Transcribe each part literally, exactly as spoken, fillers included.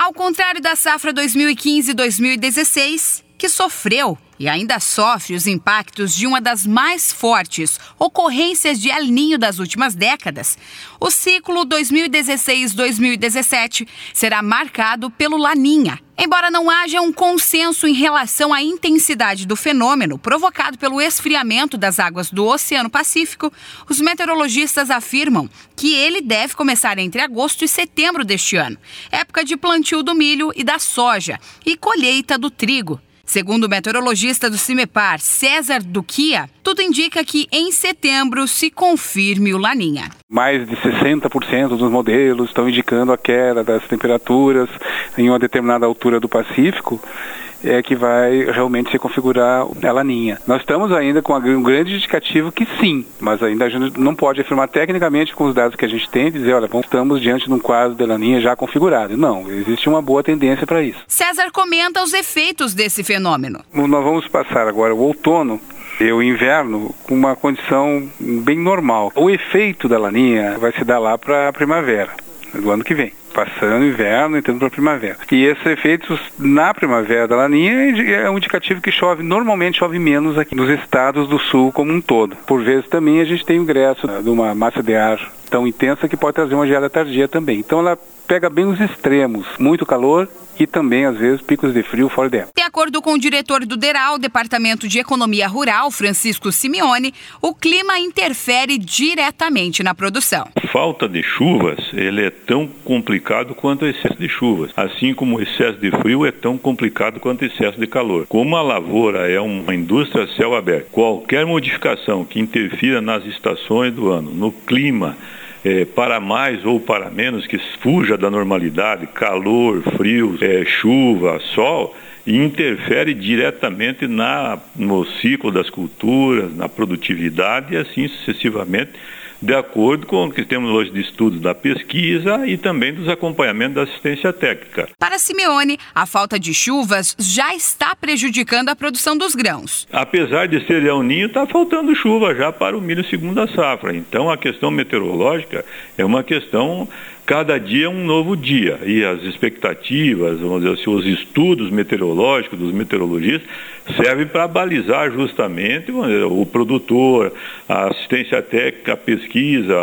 Ao contrário da safra dois mil e quinze e dois mil e dezesseis, que sofreu e ainda sofre os impactos de uma das mais fortes ocorrências de El Niño das últimas décadas, o ciclo dois mil e dezesseis a dois mil e dezessete será marcado pelo Laninha. Embora não haja um consenso em relação à intensidade do fenômeno provocado pelo esfriamento das águas do Oceano Pacífico, os meteorologistas afirmam que ele deve começar entre agosto e setembro deste ano, época de plantio do milho e da soja e colheita do trigo. Segundo o meteorologista do CIMEPAR, César Duquia, tudo indica que em setembro se confirme o Laninha. Mais de sessenta por cento dos modelos estão indicando a queda das temperaturas em uma determinada altura do Pacífico, é que vai realmente se configurar a Laninha. Nós estamos ainda com um grande indicativo que sim, mas ainda a gente não pode afirmar tecnicamente com os dados que a gente tem, dizer, olha, bom, estamos diante de um quadro de Laninha já configurado. Não, existe uma boa tendência para isso. César comenta os efeitos desse fenômeno. Nós vamos passar agora o outono e o inverno com uma condição bem normal. O efeito da Laninha vai se dar lá para a primavera do ano que vem. Passando o inverno, entrando para a primavera. E esses efeitos na primavera da Laninha é um indicativo que chove, normalmente chove menos aqui nos estados do sul como um todo. Por vezes também a gente tem o ingresso de uma massa de ar tão intensa que pode trazer uma geada tardia também. Então ela pega bem os extremos, muito calor e também, às vezes, picos de frio fora dela. De acordo com o diretor do DERAL, Departamento de Economia Rural, Francisco Simeone, o clima interfere diretamente na produção. A falta de chuvas, ele é tão complicado quanto o excesso de chuvas, assim como o excesso de frio é tão complicado quanto o excesso de calor. Como a lavoura é uma indústria a céu aberto, qualquer modificação que interfira nas estações do ano, no clima, É, para mais ou para menos, que fuja da normalidade, calor, frio, é, chuva, sol, e interfere diretamente na, no ciclo das culturas, na produtividade e assim sucessivamente, de acordo com o que temos hoje de estudos da pesquisa e também dos acompanhamentos da assistência técnica. Para Simeone, a falta de chuvas já está prejudicando a produção dos grãos. Apesar de ser El Niño, está faltando chuva já para o milho segunda safra. Então a questão meteorológica é uma questão, cada dia é um novo dia. E as expectativas, vamos dizer assim, os estudos meteorológicos dos meteorologistas servem para balizar justamente dizer, o produtor, a assistência técnica, a pesquisa,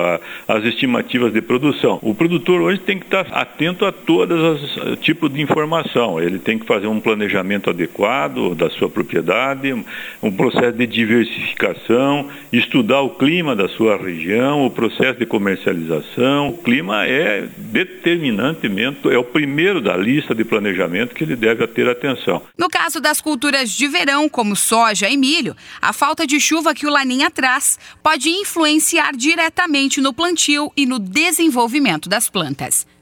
as estimativas de produção. O produtor hoje tem que estar atento a todos os tipos de informação. Ele tem que fazer um planejamento adequado da sua propriedade, um processo de diversificação, estudar o clima da sua região, o processo de comercialização. O clima é determinantemente, é o primeiro da lista de planejamento que ele deve ter atenção. No caso das culturas de verão, como soja e milho, a falta de chuva que o Laninha traz pode influenciar diretamente no plantio e no desenvolvimento das plantas.